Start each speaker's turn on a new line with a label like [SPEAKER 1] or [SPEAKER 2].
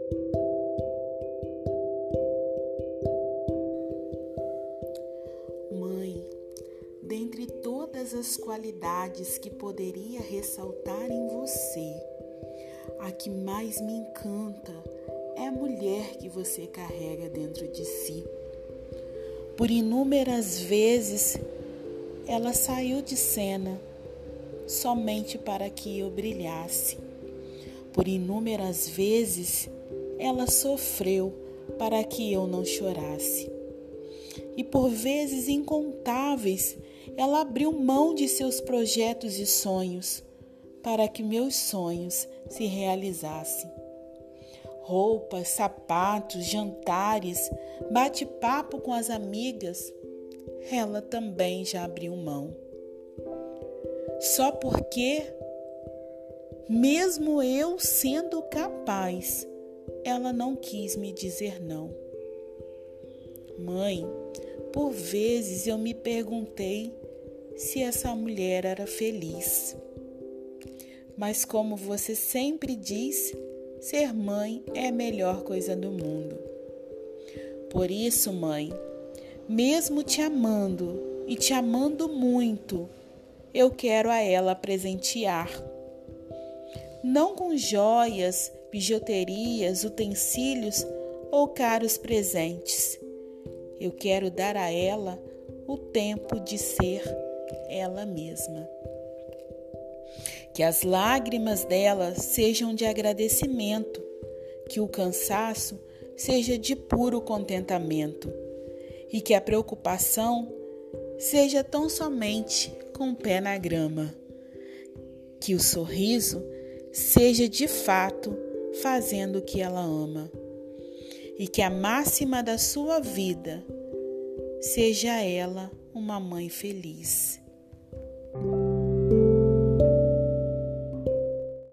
[SPEAKER 1] Mãe, dentre todas as qualidades que poderia ressaltar em você, a que mais me encanta é a mulher que você carrega dentro de si. Por inúmeras vezes, ela saiu de cena somente para que eu brilhasse. Por inúmeras vezes, ela sofreu para que eu não chorasse. E por vezes incontáveis, ela abriu mão de seus projetos e sonhos para que meus sonhos se realizassem. Roupas, sapatos, jantares, bate-papo com as amigas, ela também já abriu mão. Só porque, mesmo eu sendo capaz, ela não quis me dizer não. Mãe, por vezes eu me perguntei se essa mulher era feliz. Mas como você sempre diz, ser mãe é a melhor coisa do mundo. Por isso, mãe, mesmo te amando e te amando muito, eu quero a ela presentear. Não com joias, bijuterias, utensílios ou caros presentes. Eu quero dar a ela o tempo de ser ela mesma. Que as lágrimas dela sejam de agradecimento, que o cansaço seja de puro contentamento e que a preocupação seja tão somente com o pé na grama. Que o sorriso seja de fato fazendo o que ela ama e que a máxima da sua vida seja ela uma mãe feliz.